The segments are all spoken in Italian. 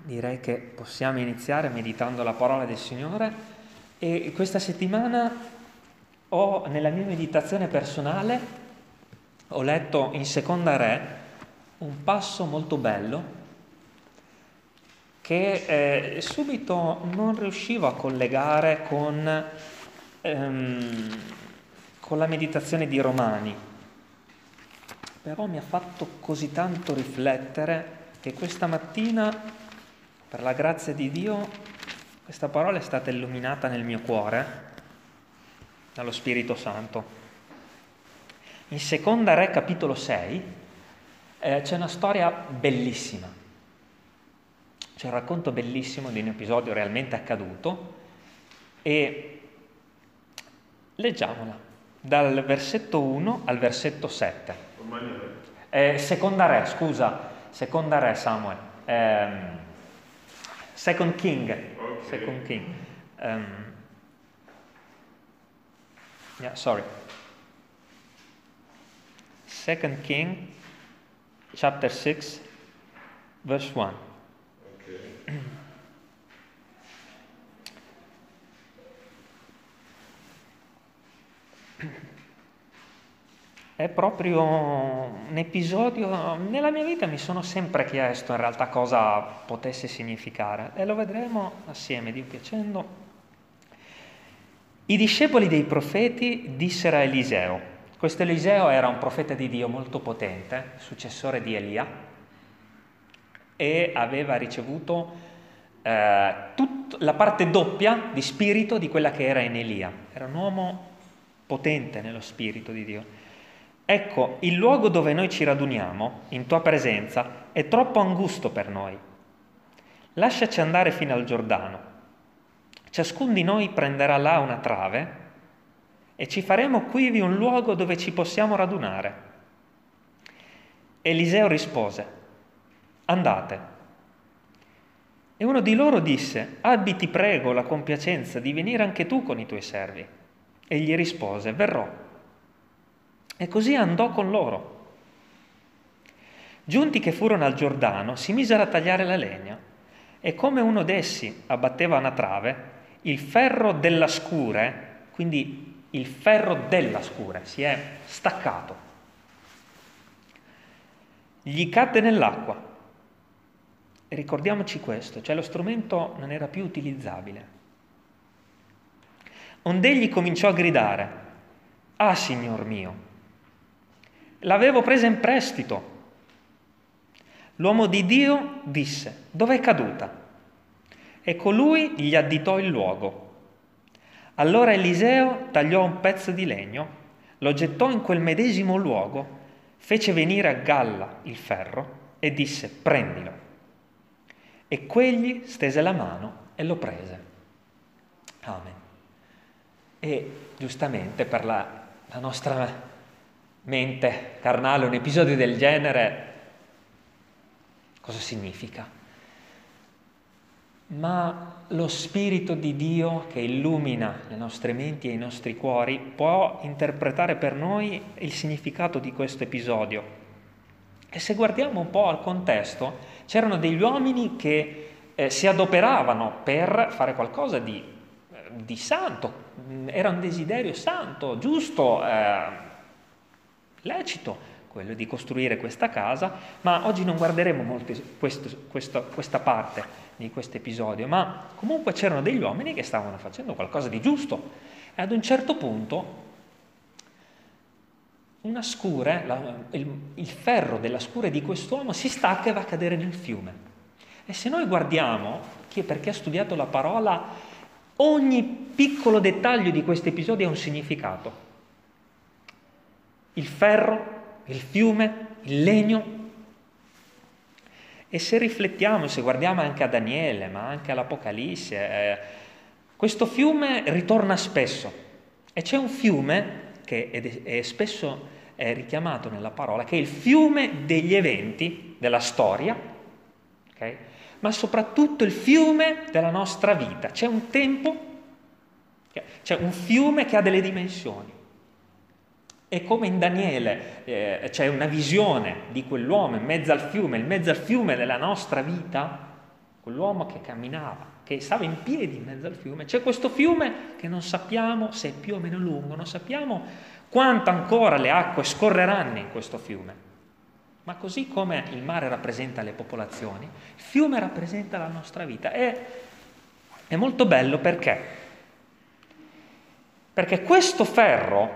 Direi che possiamo iniziare meditando la parola del Signore e questa settimana nella mia meditazione personale ho letto in Seconda Re un passo molto bello che subito non riuscivo a collegare con la meditazione di Romani, però mi ha fatto così tanto riflettere che questa mattina, per la grazia di Dio, questa parola è stata illuminata nel mio cuore dallo Spirito Santo. In Seconda Re capitolo 6 c'è una storia bellissima, c'è un racconto bellissimo di un episodio realmente accaduto e leggiamola dal versetto 1 al versetto 7. Seconda Re Samuel. Second King. Okay. Second King. Sorry. Second King, chapter 6, verse 1. Okay. È proprio un episodio, nella mia vita mi sono sempre chiesto in realtà cosa potesse significare e lo vedremo assieme, Dio piacendo. I discepoli dei profeti dissero a Eliseo, questo Eliseo era un profeta di Dio molto potente, successore di Elia, e aveva ricevuto la parte doppia di spirito di quella che era in Elia, era un uomo potente nello spirito di Dio. Ecco, il luogo dove noi ci raduniamo, in tua presenza, è troppo angusto per noi. Lasciaci andare fino al Giordano. Ciascun di noi prenderà là una trave e ci faremo quivi un luogo dove ci possiamo radunare. Eliseo rispose, andate. E uno di loro disse, abbi ti prego la compiacenza di venire anche tu con i tuoi servi. E gli rispose, verrò. E così andò con loro. Giunti che furono al Giordano, si misero a tagliare la legna, e come uno d'essi abbatteva una trave, il ferro della scure, quindi il ferro della scure, si è staccato. Gli cadde nell'acqua. E ricordiamoci questo, cioè lo strumento non era più utilizzabile. Ond'egli cominciò a gridare, ah, Signor mio, l'avevo presa in prestito. L'uomo di Dio disse, dov'è caduta? E colui gli additò il luogo. Allora Eliseo tagliò un pezzo di legno, lo gettò in quel medesimo luogo, fece venire a galla il ferro e disse, prendilo. E quegli stese la mano e lo prese. Amen. E giustamente per la nostra mente carnale un episodio del genere cosa significa? Ma lo Spirito di Dio che illumina le nostre menti e i nostri cuori può interpretare per noi il significato di questo episodio. E se guardiamo un po' al contesto, c'erano degli uomini che si adoperavano per fare qualcosa di santo, era un desiderio santo, giusto, lecito quello di costruire questa casa, ma oggi non guarderemo molto questa parte di questo episodio, ma comunque c'erano degli uomini che stavano facendo qualcosa di giusto e ad un certo punto una scure, il ferro della scure di quest'uomo si stacca e va a cadere nel fiume. E se noi guardiamo, perché ha studiato la parola, ogni piccolo dettaglio di questo episodio ha un significato. Il ferro, il fiume, il legno. E se riflettiamo, se guardiamo anche a Daniele, ma anche all'Apocalisse, questo fiume ritorna spesso. E c'è un fiume che è spesso richiamato nella parola, che è il fiume degli eventi della storia, okay? Ma soprattutto il fiume della nostra vita. C'è un tempo, c'è un fiume che ha delle dimensioni. E come in Daniele c'è una visione di quell'uomo in mezzo al fiume della nostra vita, quell'uomo che camminava, che stava in piedi in mezzo al fiume. C'è questo fiume che non sappiamo se è più o meno lungo, non sappiamo quanto ancora le acque scorreranno in questo fiume. Ma così come il mare rappresenta le popolazioni, il fiume rappresenta la nostra vita. È molto bello perché questo ferro,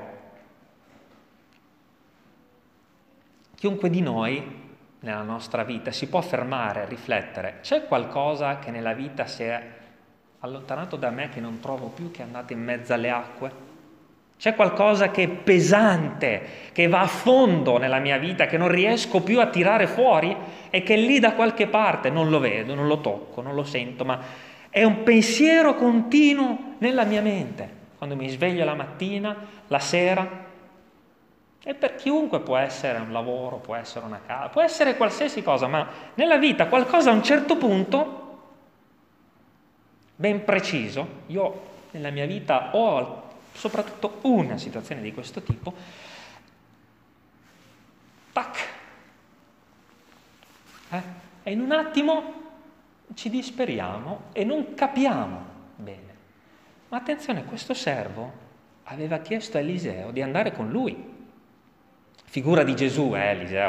chiunque di noi nella nostra vita si può fermare a riflettere: c'è qualcosa che nella vita si è allontanato da me, che non trovo più, che è andato in mezzo alle acque? C'è qualcosa che è pesante, che va a fondo nella mia vita, che non riesco più a tirare fuori e che è lì da qualche parte, non lo vedo, non lo tocco, non lo sento, ma è un pensiero continuo nella mia mente, quando mi sveglio la mattina, la sera. E per chiunque può essere un lavoro, può essere una casa, può essere qualsiasi cosa, ma nella vita qualcosa a un certo punto, ben preciso, io nella mia vita ho soprattutto una situazione di questo tipo, tac, e in un attimo ci disperiamo e non capiamo bene. Ma attenzione, questo servo aveva chiesto a Eliseo di andare con lui. Figura di Gesù, Eliseo.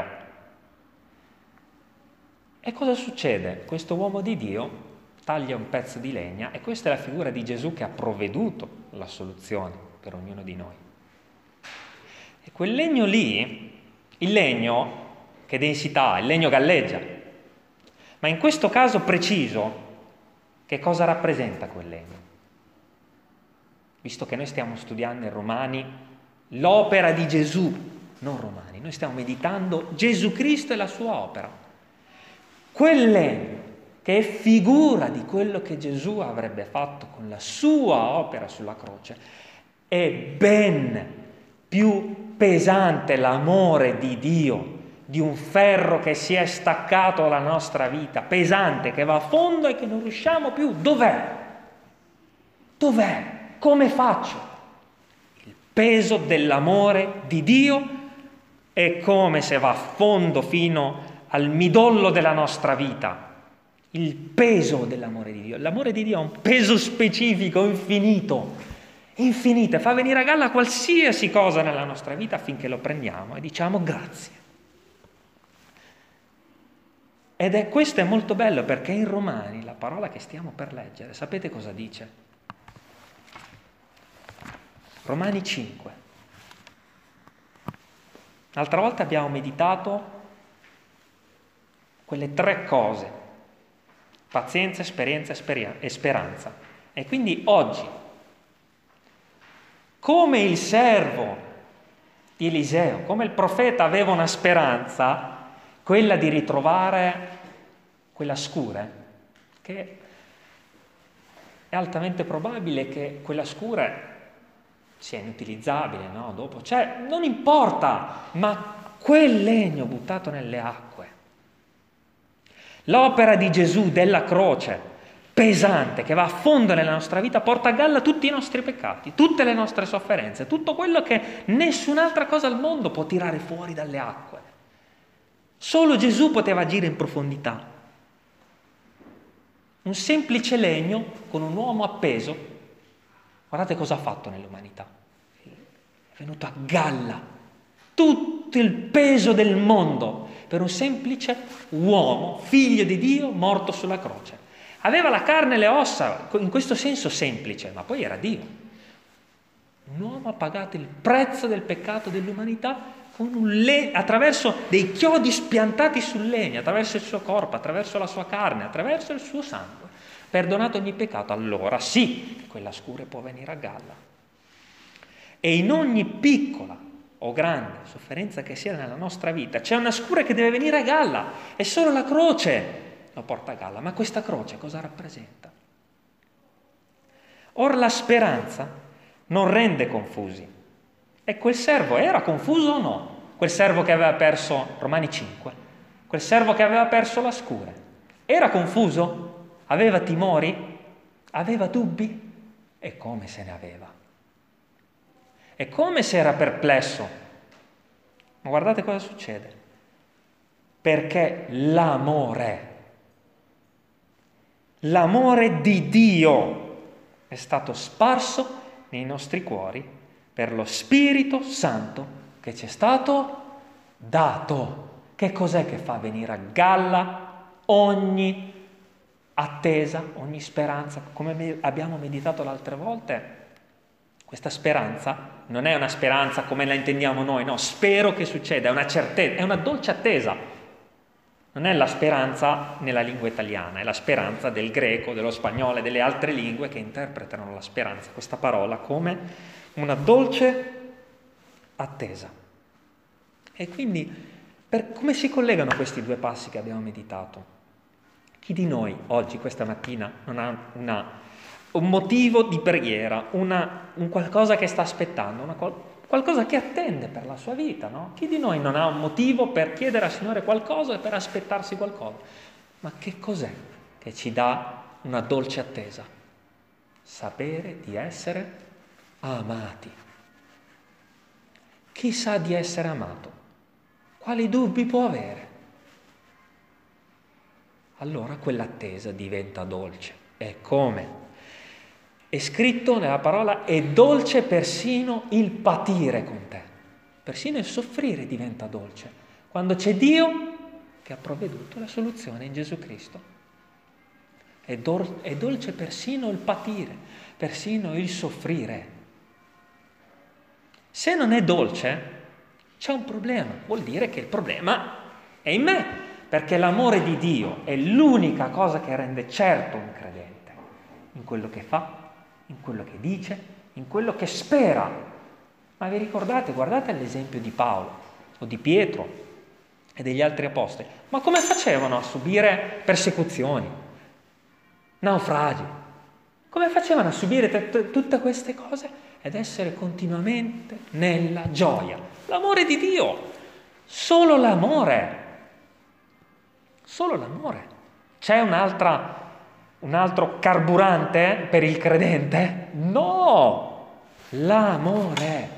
E cosa succede? Questo uomo di Dio taglia un pezzo di legna e questa è la figura di Gesù che ha provveduto la soluzione per ognuno di noi. E quel legno lì, il legno, che densità ha? Il legno galleggia. Ma in questo caso preciso, che cosa rappresenta quel legno? Visto che noi stiamo studiando in Romani l'opera di Gesù, non Romani, noi stiamo meditando Gesù Cristo e la sua opera. Quel legno, che è figura di quello che Gesù avrebbe fatto con la sua opera sulla croce, è ben più pesante l'amore di Dio di un ferro che si è staccato dalla nostra vita, pesante, che va a fondo e che non riusciamo più. Dov'è? Dov'è? Come faccio? Il peso dell'amore di Dio è come se va a fondo fino al midollo della nostra vita. Il peso dell'amore di Dio. L'amore di Dio ha un peso specifico, infinito, fa venire a galla qualsiasi cosa nella nostra vita affinché lo prendiamo e diciamo grazie. Questo è molto bello perché in Romani, la parola che stiamo per leggere, sapete cosa dice? Romani 5. L'altra volta abbiamo meditato quelle 3 cose: pazienza, esperienza e speranza. E quindi oggi, come il servo di Eliseo, come il profeta aveva una speranza, quella di ritrovare quella scure, che è altamente probabile che quella scure sia inutilizzabile, no? Dopo, non importa, ma quel legno buttato nelle acque, l'opera di Gesù della croce, pesante, che va a fondo nella nostra vita, porta a galla tutti i nostri peccati, tutte le nostre sofferenze, tutto quello che nessun'altra cosa al mondo può tirare fuori dalle acque. Solo Gesù poteva agire in profondità. Un semplice legno con un uomo appeso. Guardate cosa ha fatto nell'umanità. È venuto a galla tutto il peso del mondo per un semplice uomo, figlio di Dio, morto sulla croce. Aveva la carne e le ossa, in questo senso semplice, ma poi era Dio. Un uomo ha pagato il prezzo del peccato dell'umanità attraverso dei chiodi spiantati sul legno, attraverso il suo corpo, attraverso la sua carne, attraverso il suo sangue. Perdonato ogni peccato, allora sì, quella scure può venire a galla. E in ogni piccola o grande sofferenza che sia nella nostra vita c'è una scure che deve venire a galla, e solo la croce lo porta a galla. Ma questa croce cosa rappresenta? Or la speranza non rende confusi. E quel servo era confuso o no? Quel servo che aveva perso, Romani 5, quel servo che aveva perso la scure, era confuso? Aveva timori? Aveva dubbi? E come se ne aveva? E come se era perplesso? Ma guardate cosa succede. Perché l'amore L'amore di Dio è stato sparso nei nostri cuori per lo Spirito Santo che ci è stato dato. Che cos'è che fa venire a galla ogni attesa, ogni speranza? Come abbiamo meditato le altre volte, questa speranza non è una speranza come la intendiamo noi, no, spero che succeda, è una certezza, è una dolce attesa. Non è la speranza nella lingua italiana, è la speranza del greco, dello spagnolo e delle altre lingue che interpretano la speranza, questa parola, come una dolce attesa. E quindi, come si collegano questi due passi che abbiamo meditato? Chi di noi oggi, questa mattina, non ha un motivo di preghiera, un qualcosa che sta aspettando, qualcosa che attende per la sua vita, no? Chi di noi non ha un motivo per chiedere al Signore qualcosa e per aspettarsi qualcosa? Ma che cos'è che ci dà una dolce attesa? Sapere di essere amati. Chi sa di essere amato? Quali dubbi può avere? Allora quell'attesa diventa dolce. E come? È scritto nella parola: è dolce persino il patire con te. Persino il soffrire diventa dolce quando c'è Dio che ha provveduto la soluzione in Gesù Cristo. È dolce persino il patire, persino il soffrire. Se non è dolce, c'è un problema. Vuol dire che il problema è in me, perché l'amore di Dio è l'unica cosa che rende certo un credente in quello che fa, in quello che dice, in quello che spera. Ma vi ricordate? Guardate l'esempio di Paolo o di Pietro e degli altri apostoli. Ma come facevano a subire persecuzioni, naufragi? Come facevano a subire tutte queste cose ed essere continuamente nella gioia? L'amore di Dio, solo l'amore. Solo l'amore. C'è un altro carburante per il credente? No! L'amore.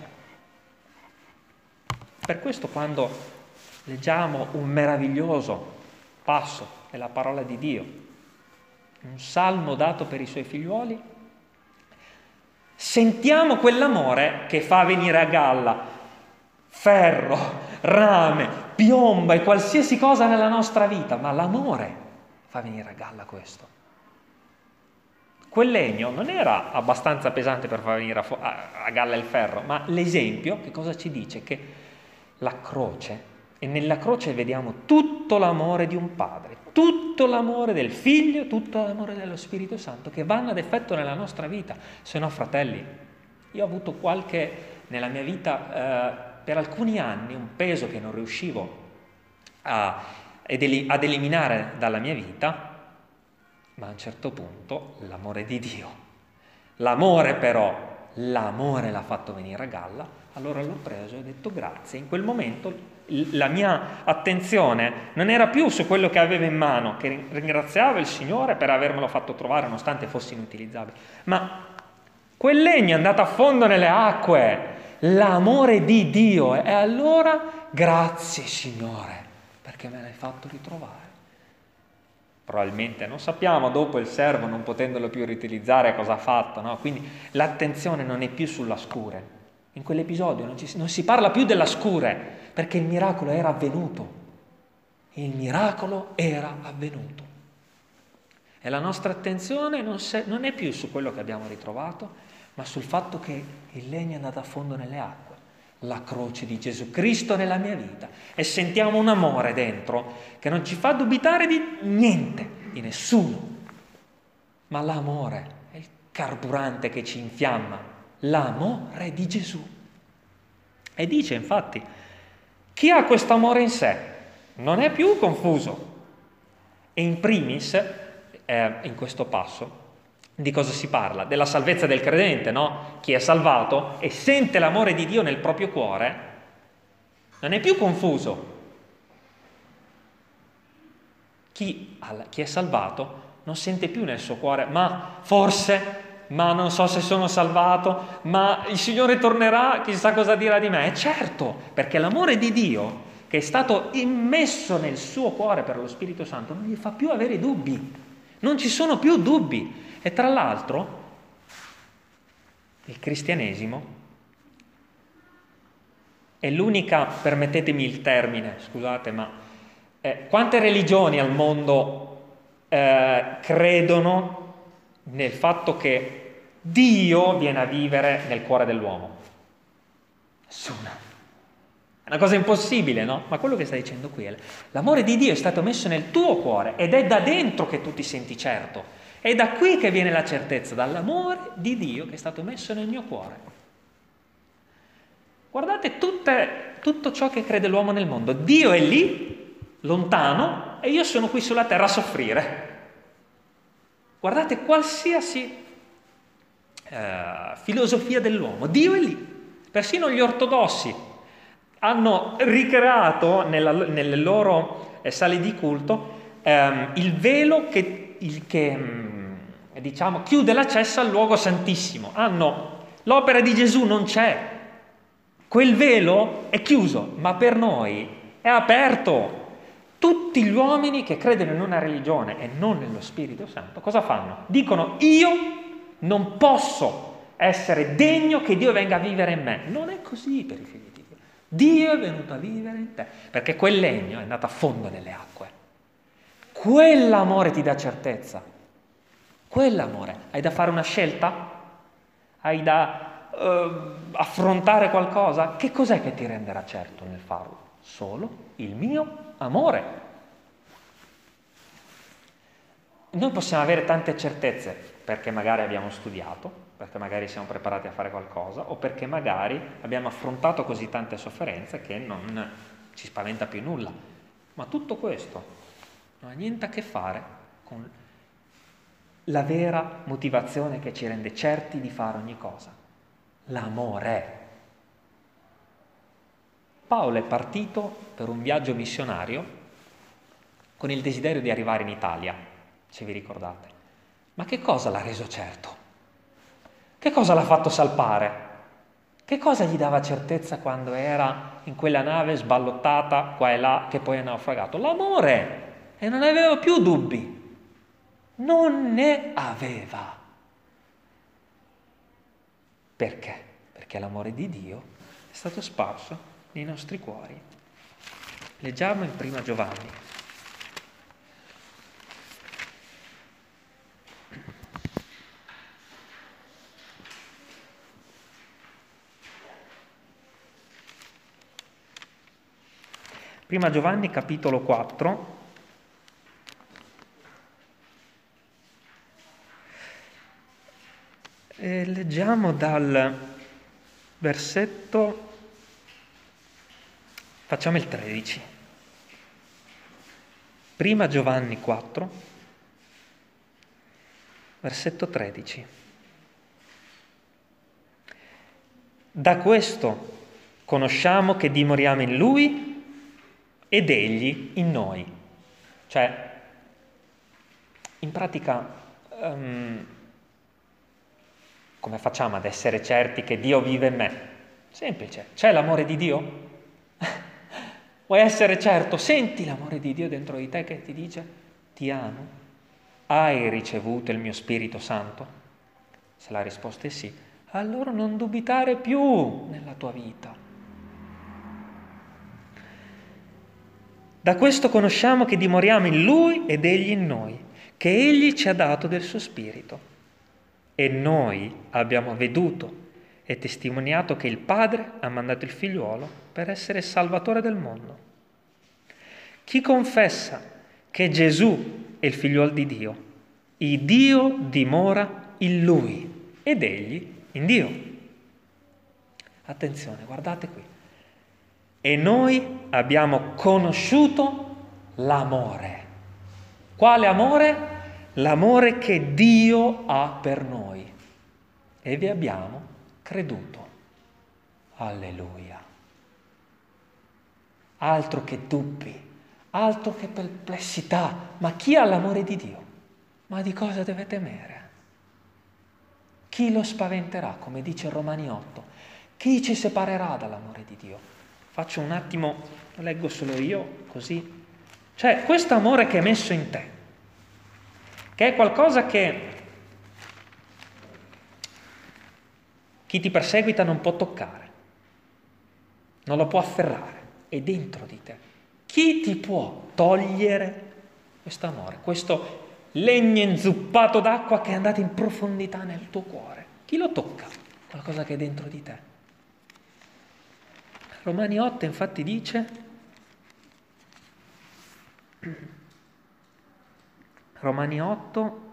Per questo quando leggiamo un meraviglioso passo della parola di Dio, un salmo dato per i suoi figliuoli, sentiamo quell'amore che fa venire a galla ferro, rame, piomba e qualsiasi cosa nella nostra vita, ma l'amore fa venire a galla questo. Quel legno non era abbastanza pesante per far venire a galla il ferro, ma l'esempio che cosa ci dice? Che la croce, e nella croce vediamo tutto l'amore di un padre, tutto l'amore del figlio, tutto l'amore dello Spirito Santo che vanno ad effetto nella nostra vita. Se no, fratelli, io ho avuto nella mia vita per alcuni anni un peso che non riuscivo ad eliminare dalla mia vita, ma a un certo punto l'amore di Dio, l'amore l'ha fatto venire a galla, allora l'ho preso e ho detto grazie. In quel momento la mia attenzione non era più su quello che avevo in mano, che ringraziavo il Signore per avermelo fatto trovare nonostante fosse inutilizzabile, ma quel legno è andato a fondo nelle acque, l'amore di Dio, e allora grazie Signore perché me l'hai fatto ritrovare. Probabilmente non sappiamo dopo il servo, non potendolo più riutilizzare, cosa ha fatto, no? Quindi l'attenzione non è più sulla scure. In quell'episodio non si parla più della scure, perché il miracolo era avvenuto. Il miracolo era avvenuto. E la nostra attenzione non è più su quello che abbiamo ritrovato, ma sul fatto che il legno è andato a fondo nelle acque. La croce di Gesù Cristo nella mia vita, e sentiamo un amore dentro che non ci fa dubitare di niente, di nessuno, ma l'amore è il carburante che ci infiamma, l'amore di Gesù. E dice infatti, chi ha questo amore in sé non è più confuso. E in primis, in questo passo, di cosa si parla? Della salvezza del credente, no? Chi è salvato e sente l'amore di Dio nel proprio cuore non è più confuso. Chi è salvato non sente più nel suo cuore, ma non so se sono salvato, ma il Signore tornerà, chissà cosa dirà di me. E certo, perché l'amore di Dio, che è stato immesso nel suo cuore per lo Spirito Santo, non gli fa più avere dubbi. Non ci sono più dubbi. E tra l'altro il cristianesimo è l'unica, permettetemi il termine, scusate, ma quante religioni al mondo credono nel fatto che Dio viene a vivere nel cuore dell'uomo? Nessuna. È una cosa impossibile, no? Ma quello che sta dicendo qui è l'amore di Dio è stato messo nel tuo cuore ed è da dentro che tu ti senti certo. È da qui che viene la certezza, dall'amore di Dio che è stato messo nel mio cuore. Guardate tutto ciò che crede l'uomo nel mondo. Dio è lì, lontano, e io sono qui sulla terra a soffrire. Guardate qualsiasi filosofia dell'uomo, Dio è lì. Persino gli ortodossi hanno ricreato nelle loro sale di culto il velo che diciamo chiude l'accesso al luogo santissimo. L'opera di Gesù non c'è, quel velo è chiuso, ma per noi è aperto. Tutti gli uomini che credono in una religione e non nello Spirito Santo cosa fanno? Dicono: io non posso essere degno che Dio venga a vivere in me. Non è così per i figli di Dio. Dio è venuto a vivere in te, perché quel legno è andato a fondo nelle acque. Quell'amore ti dà certezza. Quell'amore. Hai da fare una scelta? Hai da affrontare qualcosa? Che cos'è che ti renderà certo nel farlo? Solo il mio amore. Noi possiamo avere tante certezze perché magari abbiamo studiato, perché magari siamo preparati a fare qualcosa, o perché magari abbiamo affrontato così tante sofferenze che non ci spaventa più nulla. Ma tutto questo non ha niente a che fare con la vera motivazione che ci rende certi di fare ogni cosa: l'amore. Paolo è partito per un viaggio missionario con il desiderio di arrivare in Italia, se vi ricordate. Ma che cosa l'ha reso certo? Che cosa l'ha fatto salpare? Che cosa gli dava certezza quando era in quella nave sballottata qua e là, che poi è naufragato? L'amore! E non aveva più dubbi. Non ne aveva. Perché? Perché l'amore di Dio è stato sparso nei nostri cuori. Leggiamo in Prima Giovanni. Prima Giovanni capitolo 4. E leggiamo dal versetto, facciamo il 13. Prima Giovanni 4, versetto 13. Da questo conosciamo che dimoriamo in Lui ed Egli in noi. Cioè, in pratica, come facciamo ad essere certi che Dio vive in me? Semplice, c'è l'amore di Dio? Vuoi essere certo? Senti l'amore di Dio dentro di te che ti dice: ti amo? Hai ricevuto il mio Spirito Santo? Se la risposta è sì, allora non dubitare più nella tua vita. Da questo conosciamo che dimoriamo in Lui ed Egli in noi, che Egli ci ha dato del suo Spirito. E noi abbiamo veduto e testimoniato che il Padre ha mandato il Figliuolo per essere Salvatore del mondo. Chi confessa che Gesù è il Figliuolo di Dio, il Dio dimora in Lui ed Egli in Dio. Attenzione, guardate qui. E noi abbiamo conosciuto l'amore. Quale amore? L'amore che Dio ha per noi. E vi abbiamo creduto. Alleluia. Altro che dubbi, altro che perplessità. Ma chi ha l'amore di Dio? Ma di cosa deve temere? Chi lo spaventerà, come dice Romani 8? Chi ci separerà dall'amore di Dio? Faccio un attimo, lo leggo solo io, così. Cioè, questo amore che è messo in te, che è qualcosa che chi ti perseguita non può toccare, non lo può afferrare, è dentro di te. Chi ti può togliere questo amore, questo legno inzuppato d'acqua che è andato in profondità nel tuo cuore? Chi lo tocca? Qualcosa che è dentro di te. Romani 8 infatti dice, Romani 8,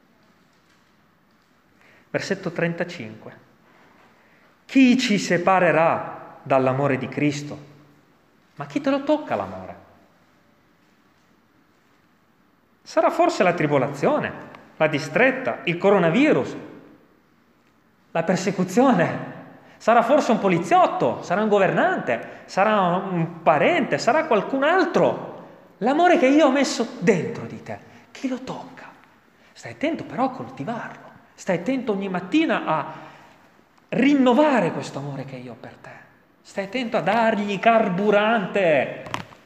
versetto 35, chi ci separerà dall'amore di Cristo? Ma chi te lo tocca l'amore? Sarà forse la tribolazione, la distretta, il coronavirus, la persecuzione? Sarà forse un poliziotto, sarà un governante, sarà un parente, sarà qualcun altro. L'amore che io ho messo dentro di te, chi lo tocca? Stai attento però a coltivarlo, stai attento ogni mattina a rinnovare questo amore che io ho per te. Stai attento a dargli carburante.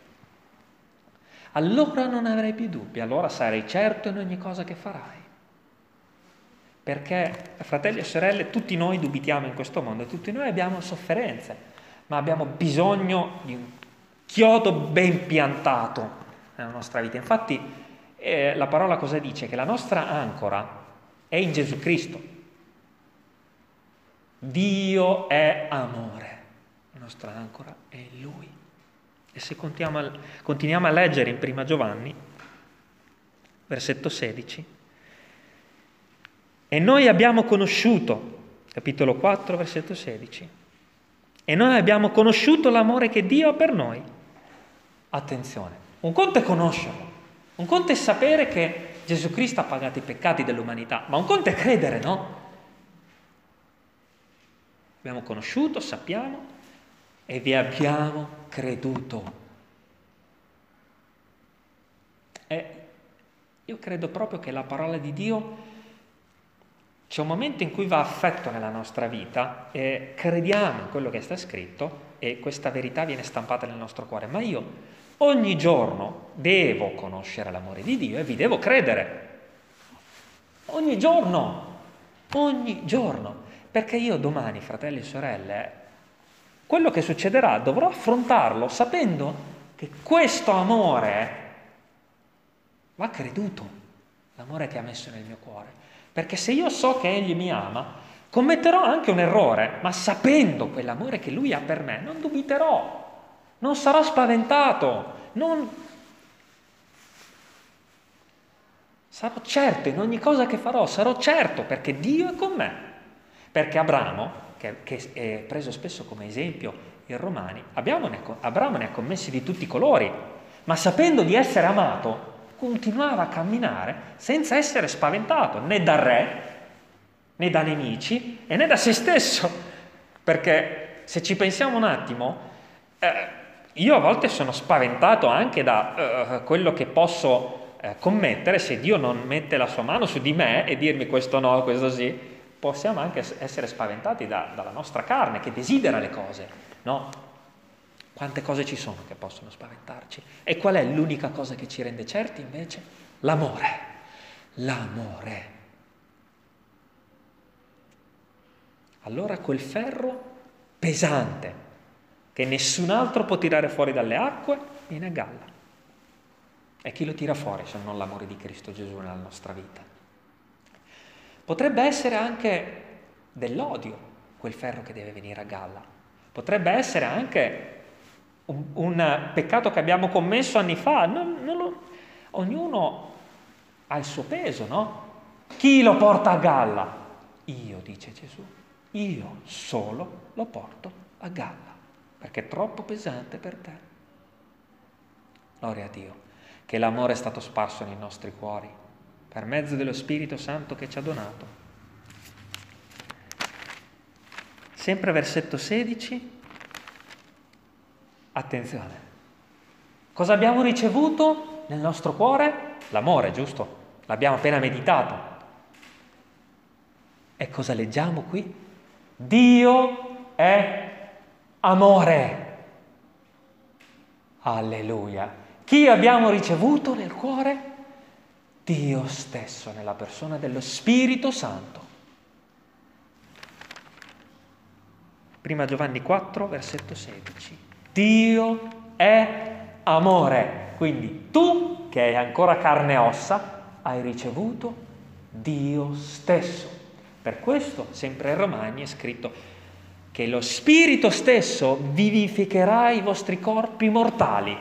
Allora non avrai più dubbi, allora sarai certo in ogni cosa che farai. Perché, fratelli e sorelle, tutti noi dubitiamo in questo mondo, tutti noi abbiamo sofferenze, ma abbiamo bisogno di un chiodo ben piantato nella nostra vita. Infatti, la parola cosa dice? Che la nostra ancora è in Gesù Cristo. Dio è amore, la nostra ancora è in Lui. E se continuiamo a leggere in Prima Giovanni, versetto 16, e noi abbiamo conosciuto, capitolo 4, versetto 16, e noi abbiamo conosciuto l'amore che Dio ha per noi. Attenzione, un conto è conoscerlo, un conto è sapere che Gesù Cristo ha pagato i peccati dell'umanità, ma un conto è credere, no? Abbiamo conosciuto, sappiamo, e vi abbiamo creduto. E io credo proprio che la parola di Dio c'è un momento in cui va affetto nella nostra vita e crediamo in quello che sta scritto e questa verità viene stampata nel nostro cuore. Ma io ogni giorno devo conoscere l'amore di Dio e vi devo credere. Ogni giorno, perché io domani, fratelli e sorelle, quello che succederà dovrò affrontarlo sapendo che questo amore va creduto, l'amore che ha messo nel mio cuore. Perché se io so che Egli mi ama, commetterò anche un errore, ma sapendo quell'amore che Lui ha per me, non dubiterò, non sarò spaventato, sarò certo in ogni cosa che farò, sarò certo perché Dio è con me. Perché Abramo, che è preso spesso come esempio in Romani, Abramo ne ha commessi di tutti i colori, ma sapendo di essere amato, continuava a camminare senza essere spaventato né dal re, né da nemici e né da se stesso. Perché se ci pensiamo un attimo, io a volte sono spaventato anche da quello che posso commettere se Dio non mette la sua mano su di me e dirmi questo no, questo sì. Possiamo anche essere spaventati dalla nostra carne che desidera le cose, no? Quante cose ci sono che possono spaventarci? E qual è l'unica cosa che ci rende certi invece? L'amore. L'amore. Allora quel ferro pesante che nessun altro può tirare fuori dalle acque viene a galla. E chi lo tira fuori se non l'amore di Cristo Gesù nella nostra vita? Potrebbe essere anche dell'odio quel ferro che deve venire a galla. Potrebbe essere anche un peccato che abbiamo commesso anni fa. Ognuno ha il suo peso, no? Chi lo porta a galla? Io, dice Gesù. Io solo lo porto a galla, perché è troppo pesante per te. Gloria a Dio, che l'amore è stato sparso nei nostri cuori, per mezzo dello Spirito Santo che ci ha donato. Sempre versetto 16. Attenzione. Cosa abbiamo ricevuto nel nostro cuore? L'amore, giusto? L'abbiamo appena meditato. E cosa leggiamo qui? Dio è amore. Alleluia. Chi abbiamo ricevuto nel cuore? Dio stesso nella persona dello Spirito Santo. Prima Giovanni 4, versetto 16. Dio è amore. Quindi tu, che hai ancora carne e ossa, hai ricevuto Dio stesso. Per questo, sempre in Romani, è scritto che lo Spirito stesso vivificherà i vostri corpi mortali.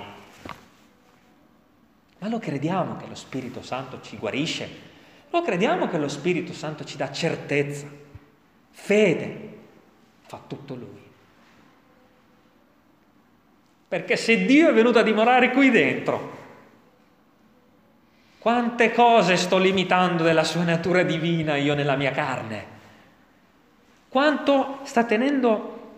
Ma lo crediamo che lo Spirito Santo ci guarisce? Lo crediamo che lo Spirito Santo ci dà certezza, fede? Fa tutto Lui. Perché se Dio è venuto a dimorare qui dentro, quante cose sto limitando della sua natura divina io nella mia carne? Quanto sta tenendo,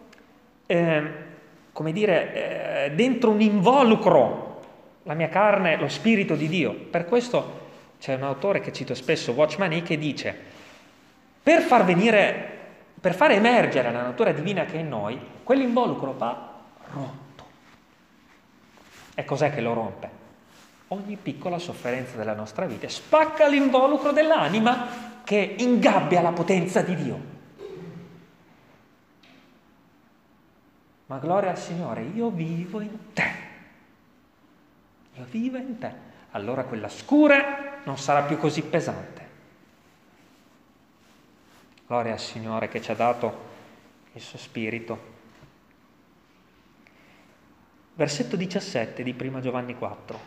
dentro un involucro la mia carne, lo Spirito di Dio. Per questo c'è un autore che cito spesso, Watchman Nee, che dice: per far emergere la natura divina che è in noi, quell'involucro va rotto. E cos'è che lo rompe? Ogni piccola sofferenza della nostra vita spacca l'involucro dell'anima che ingabbia la potenza di Dio. Ma gloria al Signore, io vivo in te. Io vivo in te. Allora quella scure non sarà più così pesante. Gloria al Signore che ci ha dato il suo Spirito. Versetto 17 di Prima Giovanni 4.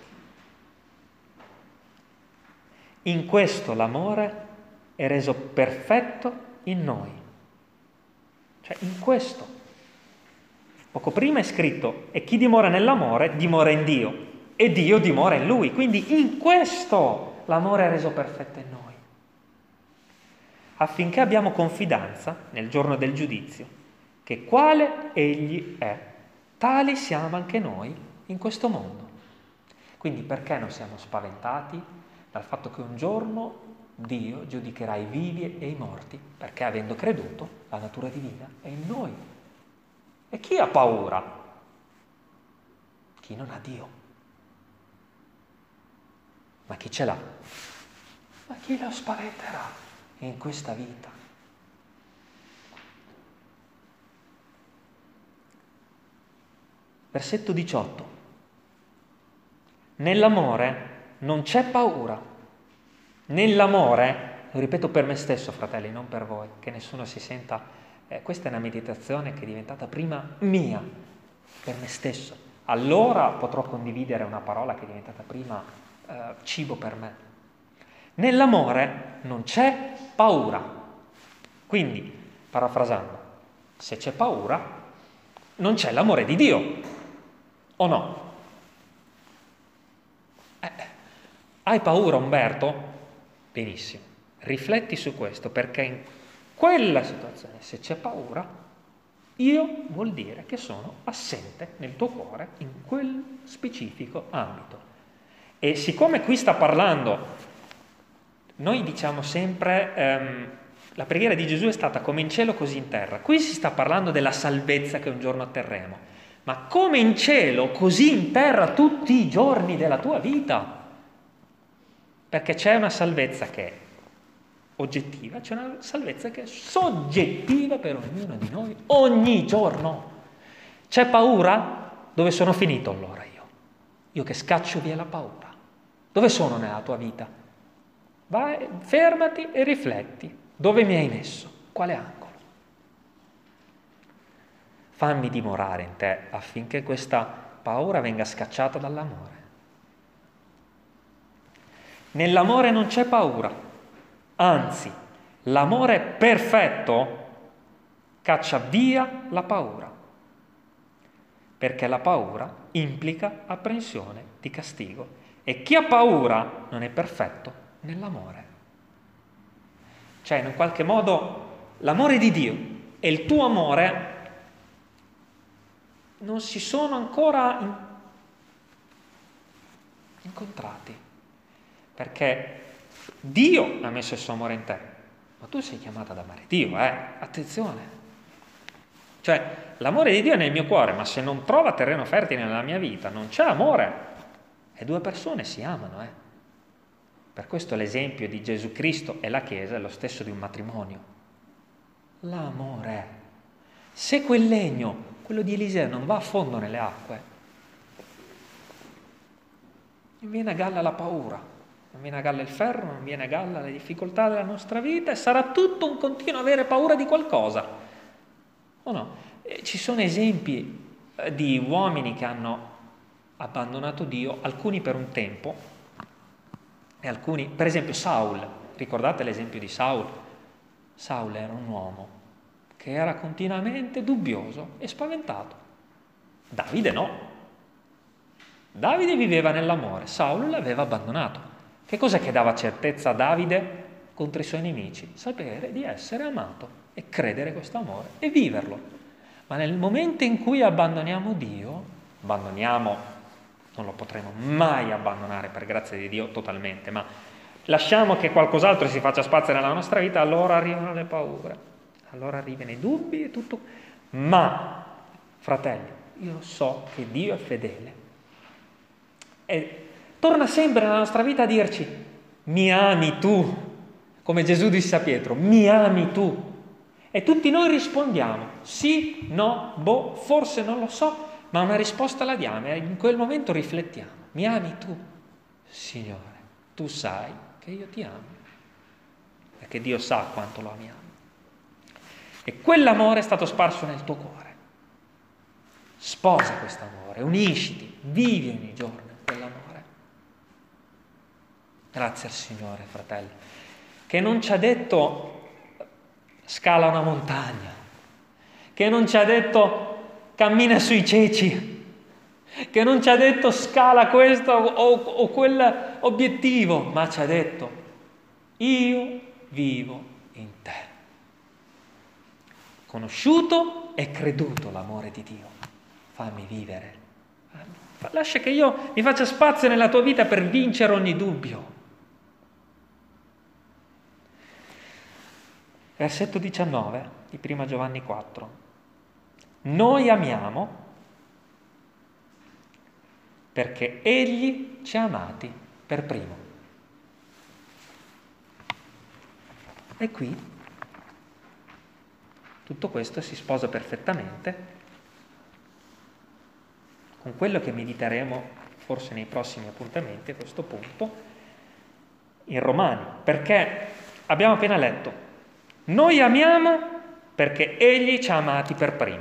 In questo l'amore è reso perfetto in noi. Cioè in questo. Poco prima è scritto: e chi dimora nell'amore dimora in Dio, e Dio dimora in lui. Quindi in questo l'amore è reso perfetto in noi. Affinché abbiamo confidenza nel giorno del giudizio, che quale Egli è, tali siamo anche noi in questo mondo. Quindi perché non siamo spaventati dal fatto che un giorno Dio giudicherà i vivi e i morti? Perché avendo creduto, la natura divina è in noi. E chi ha paura? Chi non ha Dio. Ma chi ce l'ha? Ma chi lo spaventerà in questa vita? Versetto 18. Nell'amore non c'è paura. Nell'amore, lo ripeto per me stesso, fratelli, non per voi, che nessuno si senta... questa è una meditazione che è diventata prima mia, per me stesso. Allora potrò condividere una parola che è diventata prima cibo per me. Nell'amore non c'è paura. Quindi, parafrasando, se c'è paura, non c'è l'amore di Dio. O no? Hai paura, Umberto? Benissimo. Rifletti su questo, perché in quella situazione, se c'è paura, io vuol dire che sono assente nel tuo cuore in quel specifico ambito. E siccome qui sta parlando, noi diciamo sempre, la preghiera di Gesù è stata come in cielo così in terra. Qui si sta parlando della salvezza che un giorno otterremo. Ma come in cielo, così in terra tutti i giorni della tua vita. Perché c'è una salvezza che è oggettiva, c'è una salvezza che è soggettiva per ognuno di noi, ogni giorno. C'è paura? Dove sono finito allora io? Io che scaccio via la paura. Dove sono nella tua vita? Vai, fermati e rifletti. Dove mi hai messo? Quale angolo? Fammi dimorare in te affinché questa paura venga scacciata dall'amore. Nell'amore non c'è paura, anzi, l'amore perfetto caccia via la paura, perché la paura implica apprensione di castigo e chi ha paura non è perfetto nell'amore. Cioè, in qualche modo, l'amore di Dio e il tuo amore non si sono ancora incontrati, perché Dio ha messo il suo amore in te, ma tu sei chiamata ad amare Dio, attenzione. Cioè, l'amore di Dio è nel mio cuore, ma se non trova terreno fertile nella mia vita, non c'è amore. E due persone si amano, Per questo l'esempio di Gesù Cristo e la Chiesa è lo stesso di un matrimonio. L'amore. Se quel legno, quello di Eliseo, non va a fondo nelle acque, non viene a galla la paura, non viene a galla il ferro, non viene a galla le difficoltà della nostra vita e sarà tutto un continuo avere paura di qualcosa. O no? Ci sono esempi di uomini che hanno abbandonato Dio, alcuni per un tempo e alcuni, per esempio Saul, ricordate l'esempio di Saul? Saul era un uomo che era continuamente dubbioso e spaventato. Davide no. Davide viveva nell'amore, Saul l'aveva abbandonato. Che cos'è che dava certezza a Davide contro i suoi nemici? Sapere di essere amato e credere questo amore e viverlo. Ma nel momento in cui abbandoniamo Dio, non lo potremo mai abbandonare per grazia di Dio totalmente, ma lasciamo che qualcos'altro si faccia spazio nella nostra vita, allora arrivano le paure, allora arrivano i dubbi e tutto. Ma, fratelli, io so che Dio è fedele e torna sempre nella nostra vita a dirci: mi ami tu, come Gesù disse a Pietro, mi ami tu. E tutti noi rispondiamo sì, no, boh, forse non lo so, ma una risposta la diamo e in quel momento riflettiamo. Mi ami tu? Signore, tu sai che io ti amo, perché Dio sa quanto lo amiamo. E quell'amore è stato sparso nel tuo cuore. Sposa questo amore, unisciti, vivi ogni giorno in quell'amore. Grazie al Signore, fratelli, che non ci ha detto scala una montagna, che non ci ha detto cammina sui ceci, che non ci ha detto scala questo o quell'obiettivo, ma ci ha detto io vivo in te. Conosciuto e creduto l'amore di Dio, fammi vivere, lascia che io mi faccia spazio nella tua vita per vincere ogni dubbio. Versetto 19 di Prima Giovanni 4. Noi amiamo perché Egli ci ha amati per primo. E qui tutto questo si sposa perfettamente con quello che mediteremo forse nei prossimi appuntamenti a questo punto in Romani, perché abbiamo appena letto noi amiamo perché Egli ci ha amati per primo.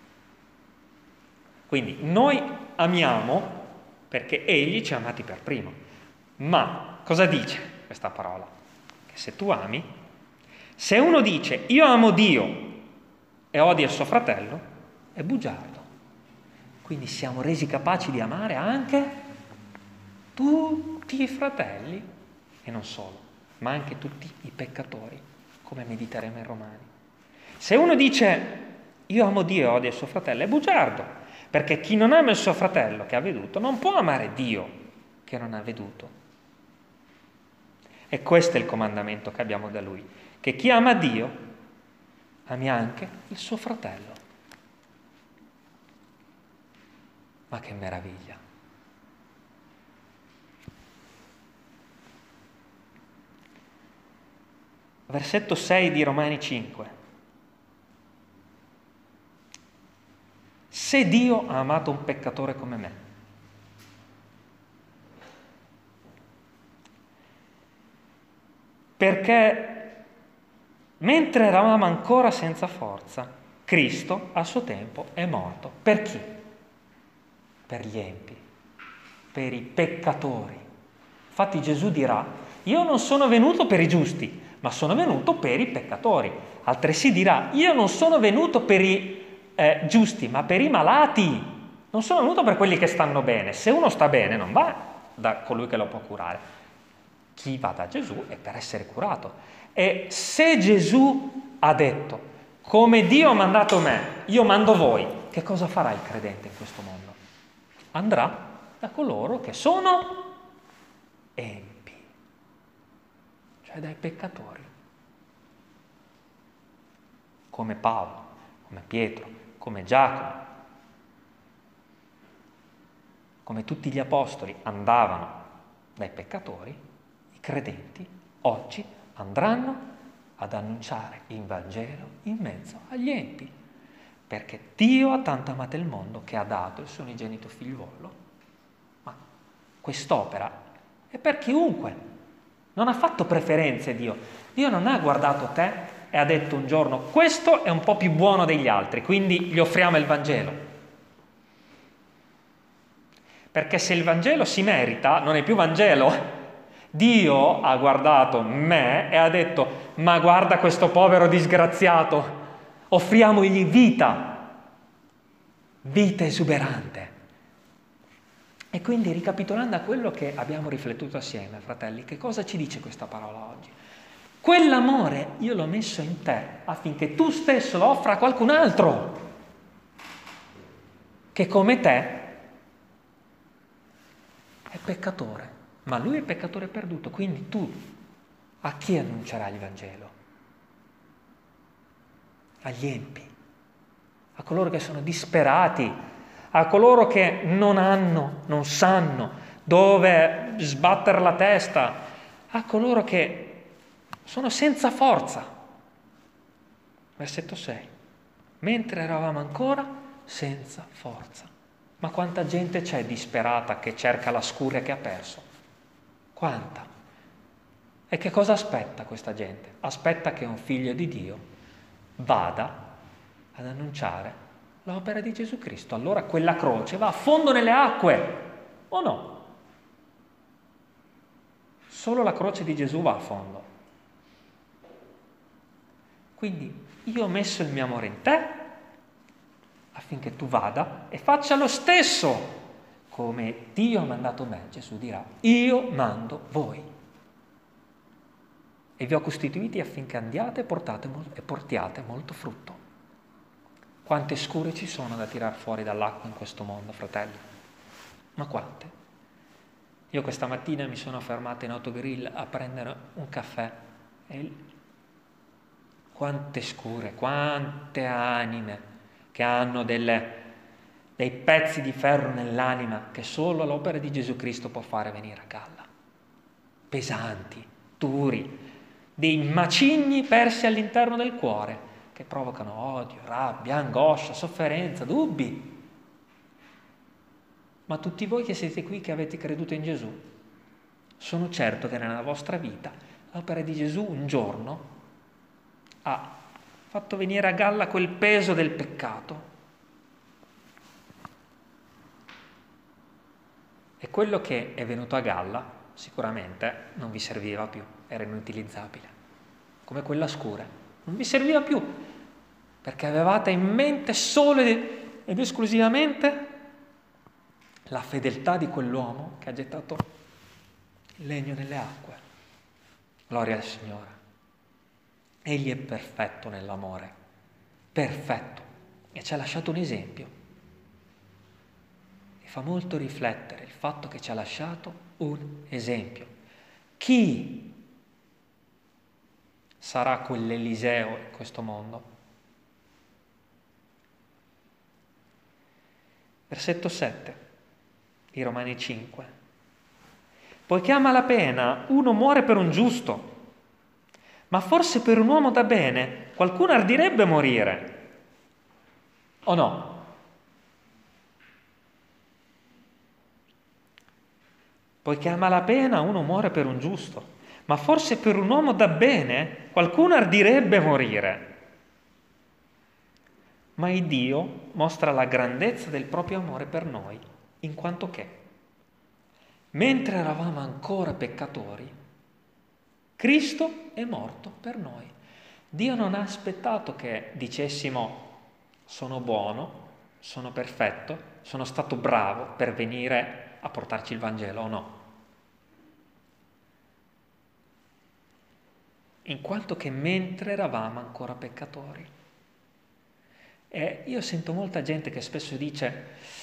Quindi noi amiamo perché Egli ci ha amati per primo. Ma cosa dice questa parola? Che se tu ami, se uno dice io amo Dio e odia il suo fratello, è bugiardo. Quindi siamo resi capaci di amare anche tutti i fratelli, e non solo, ma anche tutti i peccatori, come mediteremo in Romani. Se uno dice io amo Dio e odio il suo fratello, è bugiardo, perché chi non ama il suo fratello che ha veduto non può amare Dio che non ha veduto. E questo è il comandamento che abbiamo da Lui, che chi ama Dio ami anche il suo fratello. Ma che meraviglia! Versetto 6 di Romani 5. Se Dio ha amato un peccatore come me, perché mentre eravamo ancora senza forza, Cristo a suo tempo è morto. Per chi? Per gli empi, per i peccatori. Infatti Gesù dirà, io non sono venuto per i giusti, ma sono venuto per i peccatori. Altresì dirà, io non sono venuto per i giusti, ma per i malati. Non sono venuto per quelli che stanno bene. Se uno sta bene non va da colui che lo può curare. Chi va da Gesù è per essere curato. E se Gesù ha detto, come Dio ha mandato me, io mando voi, che cosa farà il credente in questo mondo? Andrà da coloro che sono empi, cioè dai peccatori, come Paolo, come Pietro, come Giacomo, come tutti gli apostoli andavano dai peccatori, i credenti oggi andranno ad annunciare il Vangelo in mezzo agli empi, perché Dio ha tanto amato il mondo che ha dato il suo unigenito figliuolo. Ma quest'opera è per chiunque, non ha fatto preferenze Dio. Dio non ha guardato te e ha detto un giorno: questo è un po' più buono degli altri, quindi gli offriamo il Vangelo. Perché se il Vangelo si merita, non è più Vangelo. Dio ha guardato me e ha detto: ma guarda questo povero disgraziato, offriamogli vita esuberante. E quindi, ricapitolando a quello che abbiamo riflettuto assieme, fratelli, che cosa ci dice questa parola oggi? Quell'amore io l'ho messo in te affinché tu stesso lo offra a qualcun altro che come te è peccatore, ma lui è peccatore perduto. Quindi tu a chi annuncerai il Vangelo? Agli empi, a coloro che sono disperati, a coloro che non sanno dove sbattere la testa, a coloro che sono senza forza. Versetto 6. Mentre eravamo ancora senza forza. Ma quanta gente c'è disperata che cerca la scuria che ha perso? Quanta? E che cosa aspetta questa gente? Aspetta che un figlio di Dio vada ad annunciare l'opera di Gesù Cristo. Allora quella croce va a fondo nelle acque, o no? Solo la croce di Gesù va a fondo. Quindi io ho messo il mio amore in te affinché tu vada e faccia lo stesso. Come Dio ha mandato me, Gesù dirà: io mando voi. E vi ho costituiti affinché andiate e portiate molto frutto. Quante scure ci sono da tirar fuori dall'acqua in questo mondo, fratelli? Ma quante? Io questa mattina mi sono fermato in autogrill a prendere un caffè e quante scure, quante anime che hanno dei pezzi di ferro nell'anima che solo l'opera di Gesù Cristo può fare venire a galla. Pesanti, duri, dei macigni persi all'interno del cuore che provocano odio, rabbia, angoscia, sofferenza, dubbi. Ma tutti voi che siete qui, che avete creduto in Gesù, sono certo che nella vostra vita l'opera di Gesù un giorno ha fatto venire a galla quel peso del peccato. E quello che è venuto a galla sicuramente non vi serviva più, era inutilizzabile. Come quella scura, non vi serviva più, perché avevate in mente solo ed esclusivamente la fedeltà di quell'uomo che ha gettato il legno nelle acque. Gloria al Signore. Egli è perfetto nell'amore, perfetto, e ci ha lasciato un esempio. E fa molto riflettere il fatto che ci ha lasciato un esempio. Chi sarà quell'Eliseo in questo mondo? Versetto 7 di Romani 5. Poiché a malapena uno muore per un giusto, ma forse per un uomo da bene qualcuno ardirebbe morire, o no? Poiché a malapena uno muore per un giusto, ma forse per un uomo da bene qualcuno ardirebbe morire. Ma il Dio mostra la grandezza del proprio amore per noi, in quanto che, mentre eravamo ancora peccatori, Cristo è morto per noi. Dio non ha aspettato che dicessimo: sono buono, sono perfetto, sono stato bravo per venire a portarci il Vangelo, o no? In quanto che mentre eravamo ancora peccatori. E io sento molta gente che spesso dice,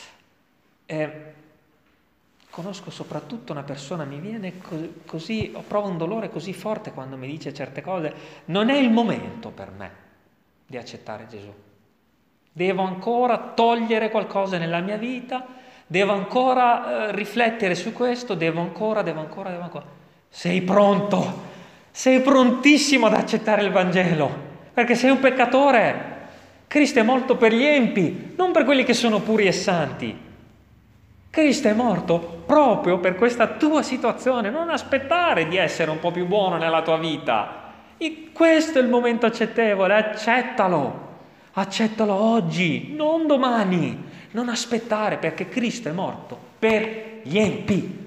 conosco soprattutto una persona, mi viene così, provo un dolore così forte quando mi dice certe cose: non è il momento per me di accettare Gesù. Devo ancora togliere qualcosa nella mia vita, devo ancora riflettere su questo, devo ancora. sei pronto, sei prontissimo ad accettare il Vangelo, perché sei un peccatore. Cristo è morto per gli empi, non per quelli che sono puri e santi. Cristo è morto proprio per questa tua situazione. Non aspettare di essere un po' più buono nella tua vita. E questo è il momento accettevole, accettalo oggi, non domani. Non aspettare, perché Cristo è morto per gli empi.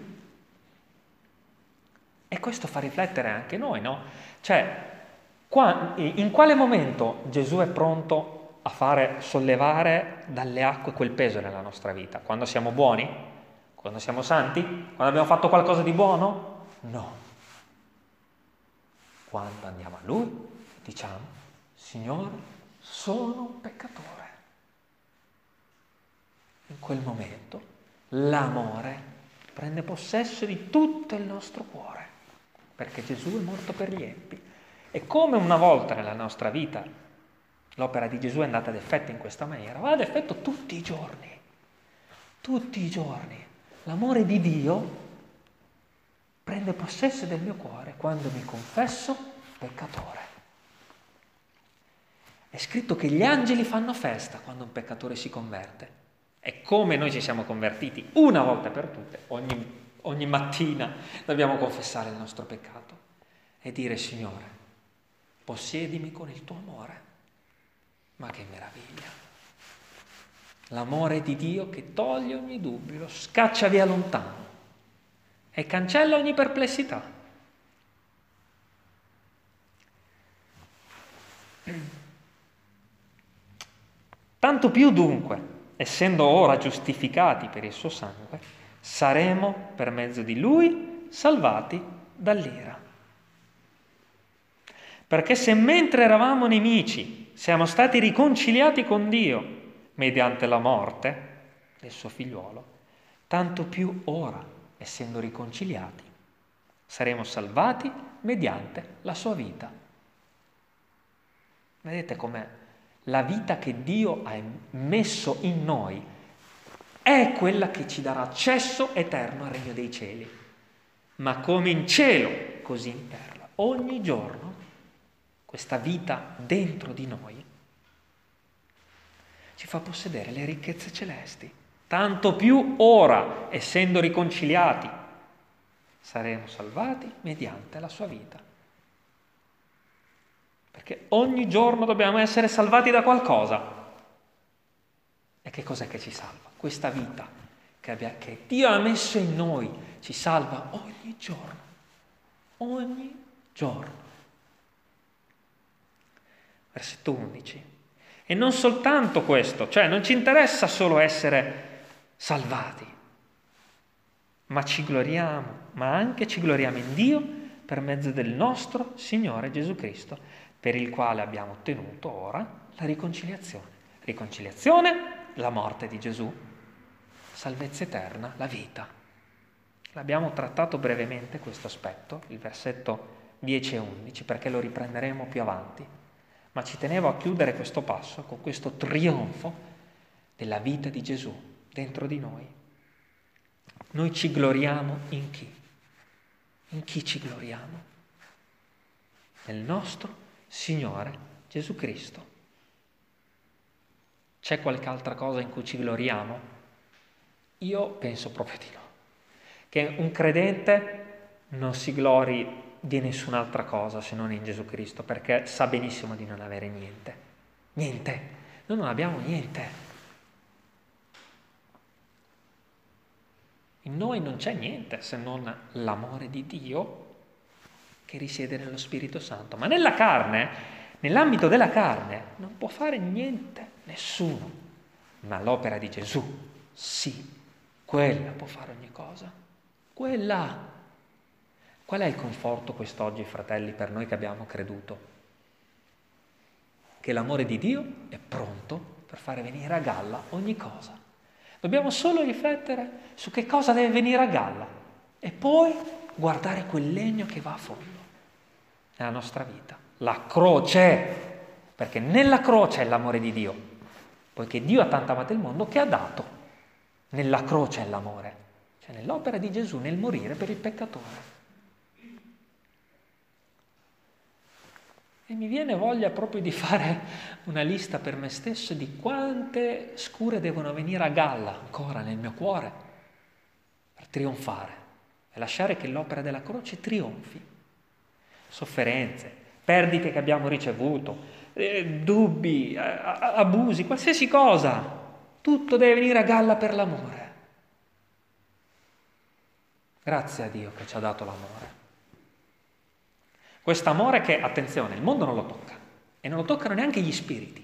E questo fa riflettere anche noi, no? Cioè, in quale momento Gesù è pronto a fare sollevare dalle acque quel peso nella nostra vita? Quando siamo buoni? Quando siamo santi? Quando abbiamo fatto qualcosa di buono? No. Quando andiamo a Lui e diciamo: Signore, sono un peccatore. In quel momento l'amore prende possesso di tutto il nostro cuore, perché Gesù è morto per gli empi. E come una volta nella nostra vita l'opera di Gesù è andata ad effetto in questa maniera, va ad effetto tutti i giorni. Tutti i giorni. L'amore di Dio prende possesso del mio cuore quando mi confesso peccatore. È scritto che gli angeli fanno festa quando un peccatore si converte. E come noi ci siamo convertiti una volta per tutte, ogni mattina dobbiamo confessare il nostro peccato e dire: Signore, possiedimi con il tuo amore. Ma che meraviglia! L'amore di Dio che toglie ogni dubbio, lo scaccia via lontano e cancella ogni perplessità. Tanto più dunque, essendo ora giustificati per il suo sangue, saremo per mezzo di Lui salvati dall'ira. Perché se mentre eravamo nemici siamo stati riconciliati con Dio mediante la morte del suo figliuolo, tanto più ora, essendo riconciliati, saremo salvati mediante la sua vita. Vedete com'è? La vita che Dio ha messo in noi è quella che ci darà accesso eterno al regno dei cieli. Ma come in cielo, così in terra. Ogni giorno questa vita dentro di noi ci fa possedere le ricchezze celesti. Tanto più ora, essendo riconciliati, saremo salvati mediante la sua vita. Perché ogni giorno dobbiamo essere salvati da qualcosa. E che cos'è che ci salva? Questa vita che Dio ha messo in noi ci salva ogni giorno. Ogni giorno. Versetto 11. E non soltanto questo, cioè non ci interessa solo essere salvati, ma anche ci gloriamo in Dio per mezzo del nostro Signore Gesù Cristo, per il quale abbiamo ottenuto ora la riconciliazione. Riconciliazione, la morte di Gesù, salvezza eterna, la vita. L'abbiamo trattato brevemente questo aspetto, il versetto 10 e 11, perché lo riprenderemo più avanti. Ma ci tenevo a chiudere questo passo con questo trionfo della vita di Gesù dentro di noi. Noi ci gloriamo in chi? In chi ci gloriamo? Nel nostro Signore Gesù Cristo. C'è qualche altra cosa in cui ci gloriamo? Io penso proprio di no. Che un credente non si glori di nessun'altra cosa se non in Gesù Cristo, perché sa benissimo di non avere niente. Niente. Noi non abbiamo niente. In noi non c'è niente se non l'amore di Dio che risiede nello Spirito Santo. Ma nella carne, nell'ambito della carne, non può fare niente, nessuno. Ma l'opera di Gesù, sì, quella può fare ogni cosa. Quella. Qual è il conforto quest'oggi, fratelli, per noi che abbiamo creduto? Che l'amore di Dio è pronto per fare venire a galla ogni cosa. Dobbiamo solo riflettere su che cosa deve venire a galla e poi guardare quel legno che va a fondo nella nostra vita. La croce, perché nella croce è l'amore di Dio, poiché Dio ha tanto amato il mondo che ha dato. Nella croce è l'amore, cioè nell'opera di Gesù, nel morire per il peccatore. E mi viene voglia proprio di fare una lista per me stesso di quante scure devono venire a galla ancora nel mio cuore per trionfare e lasciare che l'opera della croce trionfi. Sofferenze, perdite che abbiamo ricevuto, dubbi, abusi, qualsiasi cosa, tutto deve venire a galla per l'amore. Grazie a Dio che ci ha dato l'amore. Quest'amore che, attenzione, il mondo non lo tocca e non lo toccano neanche gli spiriti.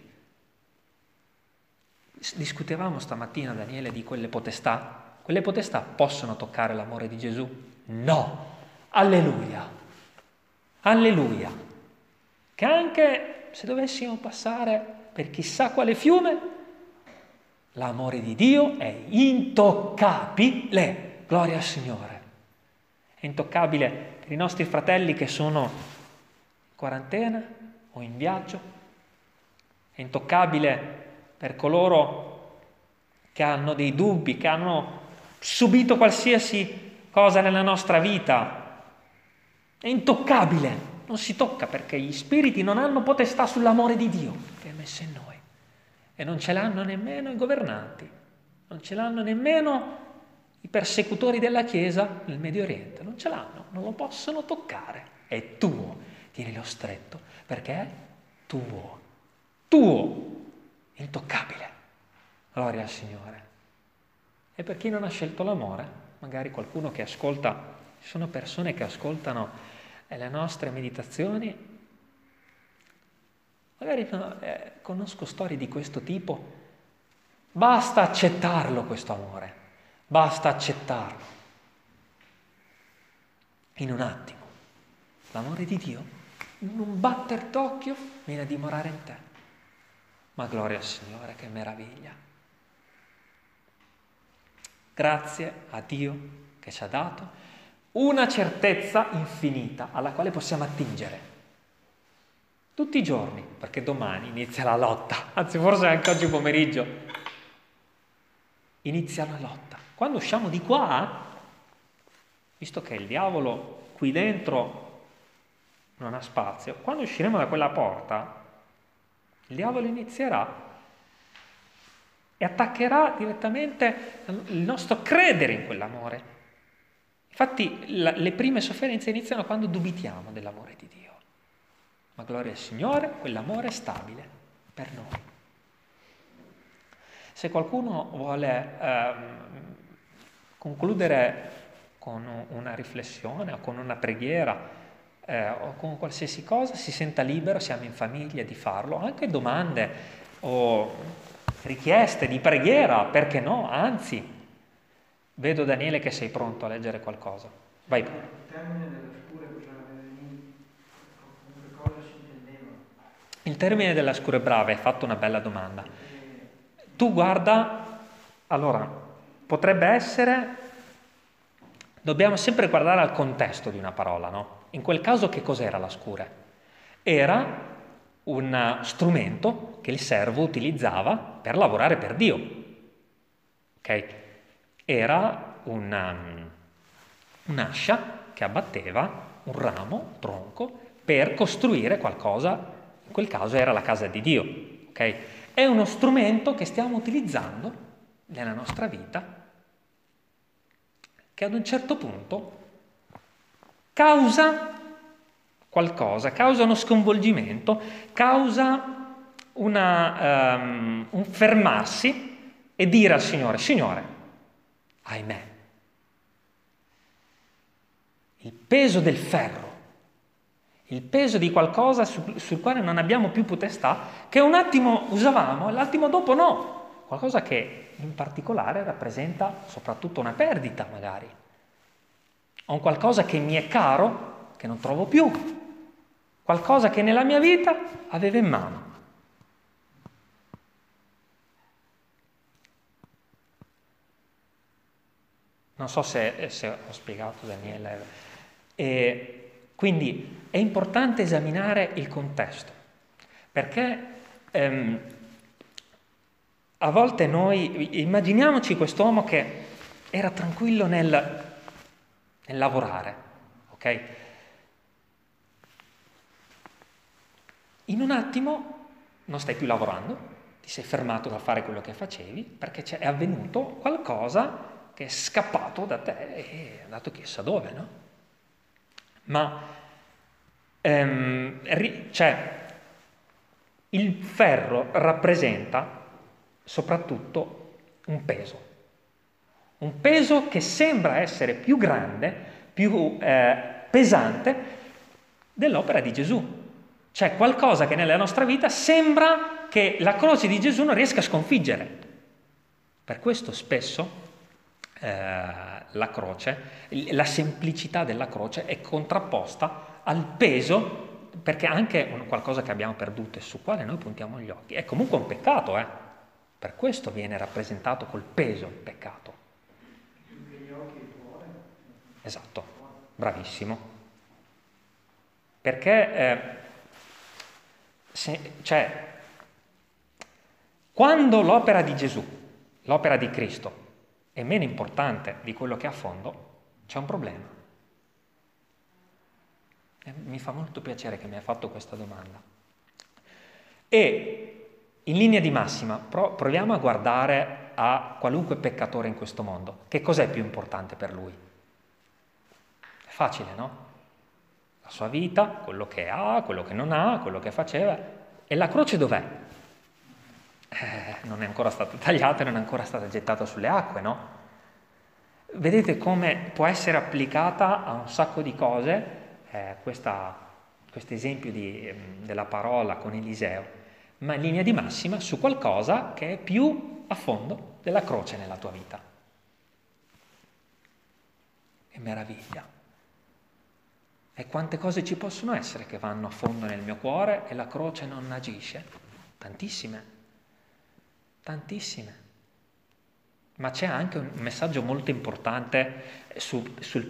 Discutevamo stamattina, Daniele, di quelle potestà. Quelle potestà possono toccare l'amore di Gesù? No! Alleluia! Alleluia! Che anche se dovessimo passare per chissà quale fiume, l'amore di Dio è intoccabile. Gloria al Signore! È intoccabile per i nostri fratelli che sono in quarantena o in viaggio, è intoccabile per coloro che hanno dei dubbi, che hanno subito qualsiasi cosa nella nostra vita. È intoccabile, non si tocca perché gli spiriti non hanno potestà sull'amore di Dio che è messo in noi e non ce l'hanno nemmeno i governanti, non ce l'hanno nemmeno i persecutori della Chiesa nel Medio Oriente, non ce l'hanno, non lo possono toccare, è tuo, tienilo stretto, perché è tuo, intoccabile, gloria al Signore. E per chi non ha scelto l'amore, magari qualcuno che ascolta, ci sono persone che ascoltano le nostre meditazioni, magari conosco storie di questo tipo, basta accettarlo questo amore. Basta accettarlo. In un attimo, l'amore di Dio, in un batter d'occhio, viene a dimorare in te. Ma gloria al Signore, che meraviglia. Grazie a Dio che ci ha dato una certezza infinita alla quale possiamo attingere. Tutti i giorni, perché domani inizia la lotta, anzi forse anche oggi pomeriggio, inizia la lotta. Quando usciamo di qua, visto che il diavolo qui dentro non ha spazio, quando usciremo da quella porta, il diavolo inizierà e attaccherà direttamente il nostro credere in quell'amore. Infatti le prime sofferenze iniziano quando dubitiamo dell'amore di Dio. Ma gloria al Signore, quell'amore è stabile per noi. Se qualcuno vuole concludere con una riflessione o con una preghiera o con qualsiasi cosa, si senta libero, siamo in famiglia di farlo, anche domande o richieste di preghiera, perché no? Anzi, vedo Daniele che sei pronto a leggere qualcosa. Vai pure. Il termine della scure cosa si intendeva? Il termine della scure brava, hai fatto una bella domanda. Tu guarda, allora, potrebbe essere, dobbiamo sempre guardare al contesto di una parola, no? In quel caso che cos'era la scure? Era un strumento che il servo utilizzava per lavorare per Dio, ok? Era un'ascia che abbatteva un ramo, un tronco, per costruire qualcosa, in quel caso era la casa di Dio, ok? È uno strumento che stiamo utilizzando nella nostra vita che ad un certo punto causa qualcosa, causa uno sconvolgimento, causa un fermarsi e dire al Signore, Signore, ahimè, il peso del ferro, il peso di qualcosa sul quale non abbiamo più potestà, che un attimo usavamo e l'attimo dopo no, qualcosa che in particolare rappresenta soprattutto una perdita magari, o un qualcosa che mi è caro, che non trovo più, qualcosa che nella mia vita avevo in mano. Non so se ho spiegato, Daniele. E quindi è importante esaminare il contesto, perché a volte noi immaginiamoci quest'uomo che era tranquillo nel lavorare, ok? in un attimo non stai più lavorando, ti sei fermato da fare quello che facevi perché è avvenuto qualcosa che è scappato da te e è andato chissà dove, no? Ma il ferro rappresenta soprattutto un peso che sembra essere più grande, più pesante dell'opera di Gesù. C'è qualcosa che nella nostra vita sembra che la croce di Gesù non riesca a sconfiggere. Per questo spesso la croce, la semplicità della croce è contrapposta al peso, perché anche qualcosa che abbiamo perduto e su quale noi puntiamo gli occhi è comunque un peccato, per questo viene rappresentato col peso il peccato. Più che gli occhi e il cuore. Esatto, bravissimo. Perché quando l'opera di Gesù, l'opera di Cristo, è meno importante di quello che ha a fondo, c'è un problema. Mi fa molto piacere che mi hai fatto questa domanda. E in linea di massima proviamo a guardare a qualunque peccatore in questo mondo. Che cos'è più importante per lui? È facile, no? La sua vita, quello che ha, quello che non ha, quello che faceva. E la croce dov'è? Non è ancora stata tagliata e non è ancora stata gettata sulle acque, no? Vedete come può essere applicata a un sacco di cose questo esempio della parola con Eliseo, ma in linea di massima su qualcosa che è più a fondo della croce nella tua vita. Che meraviglia! E quante cose ci possono essere che vanno a fondo nel mio cuore e la croce non agisce? Tantissime. Tantissime. Ma c'è anche un messaggio molto importante sui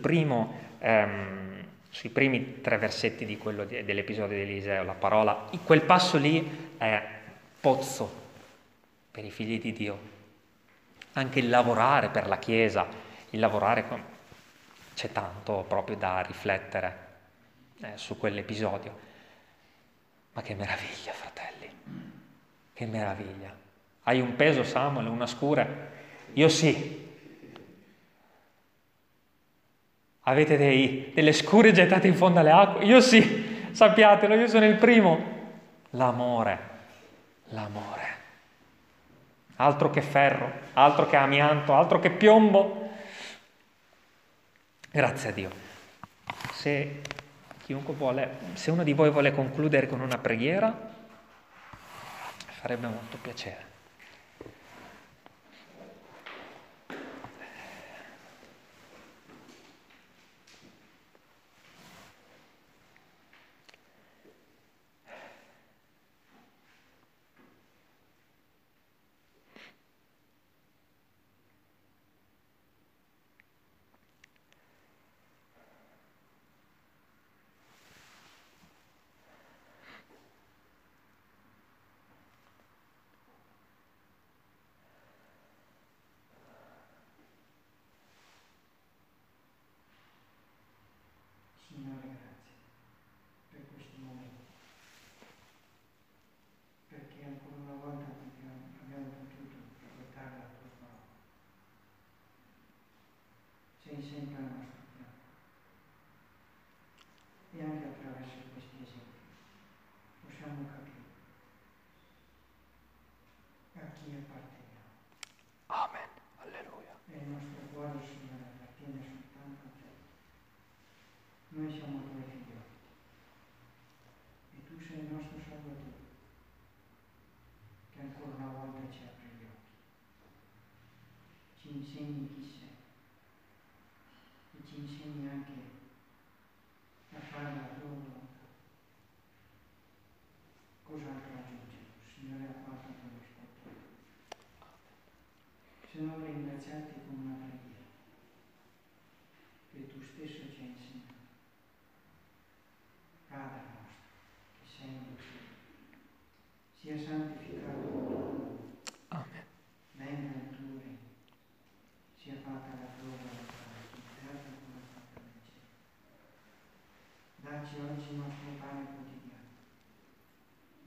primi 3 versetti di dell'episodio di Eliseo, la parola, quel passo lì è pozzo per i figli di Dio. Anche il lavorare per la Chiesa, c'è tanto proprio da riflettere su quell'episodio. Ma che meraviglia, fratelli, che meraviglia. Hai un peso, Samuel, una scure? Io sì. Avete delle scure gettate in fondo alle acque? Io sì, sappiatelo, io sono il primo. L'amore. Altro che ferro, altro che amianto, altro che piombo. Grazie a Dio. Se uno di voi vuole concludere con una preghiera, farebbe molto piacere. Signore, grazie per questi momenti, perché ancora una volta abbiamo potuto ascoltare la tua parola. Sei sempre al nostro fianco e anche attraverso questi esempi possiamo capire a chi apparteniamo. Amen. Alleluia. E il nostro cuore, Signore, appartiene soltanto a te. Noi siamo tuoi figlioli e tu sei il nostro Salvatore, che ancora una volta ci apre gli occhi, ci insegni chi sei e ci insegni anche a fare la tua volontà. Cos'altro aggiungere? Signore, ha fatto per ascoltare. Se non ringraziarti con una preghiera che tu stesso ci hai insegnato. Padre nostro, che sei nel cielo, sia santificato il tuo nome. Amen. Venga il tuo regno, sia fatta la tua volontà in terra come è fatta nel cielo. Dacci oggi il nostro pane quotidiano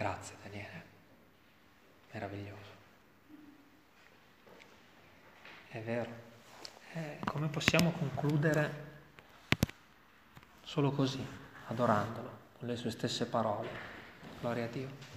Grazie Daniele, meraviglioso. È vero. Come possiamo concludere solo così, adorandolo, con le sue stesse parole? Gloria a Dio.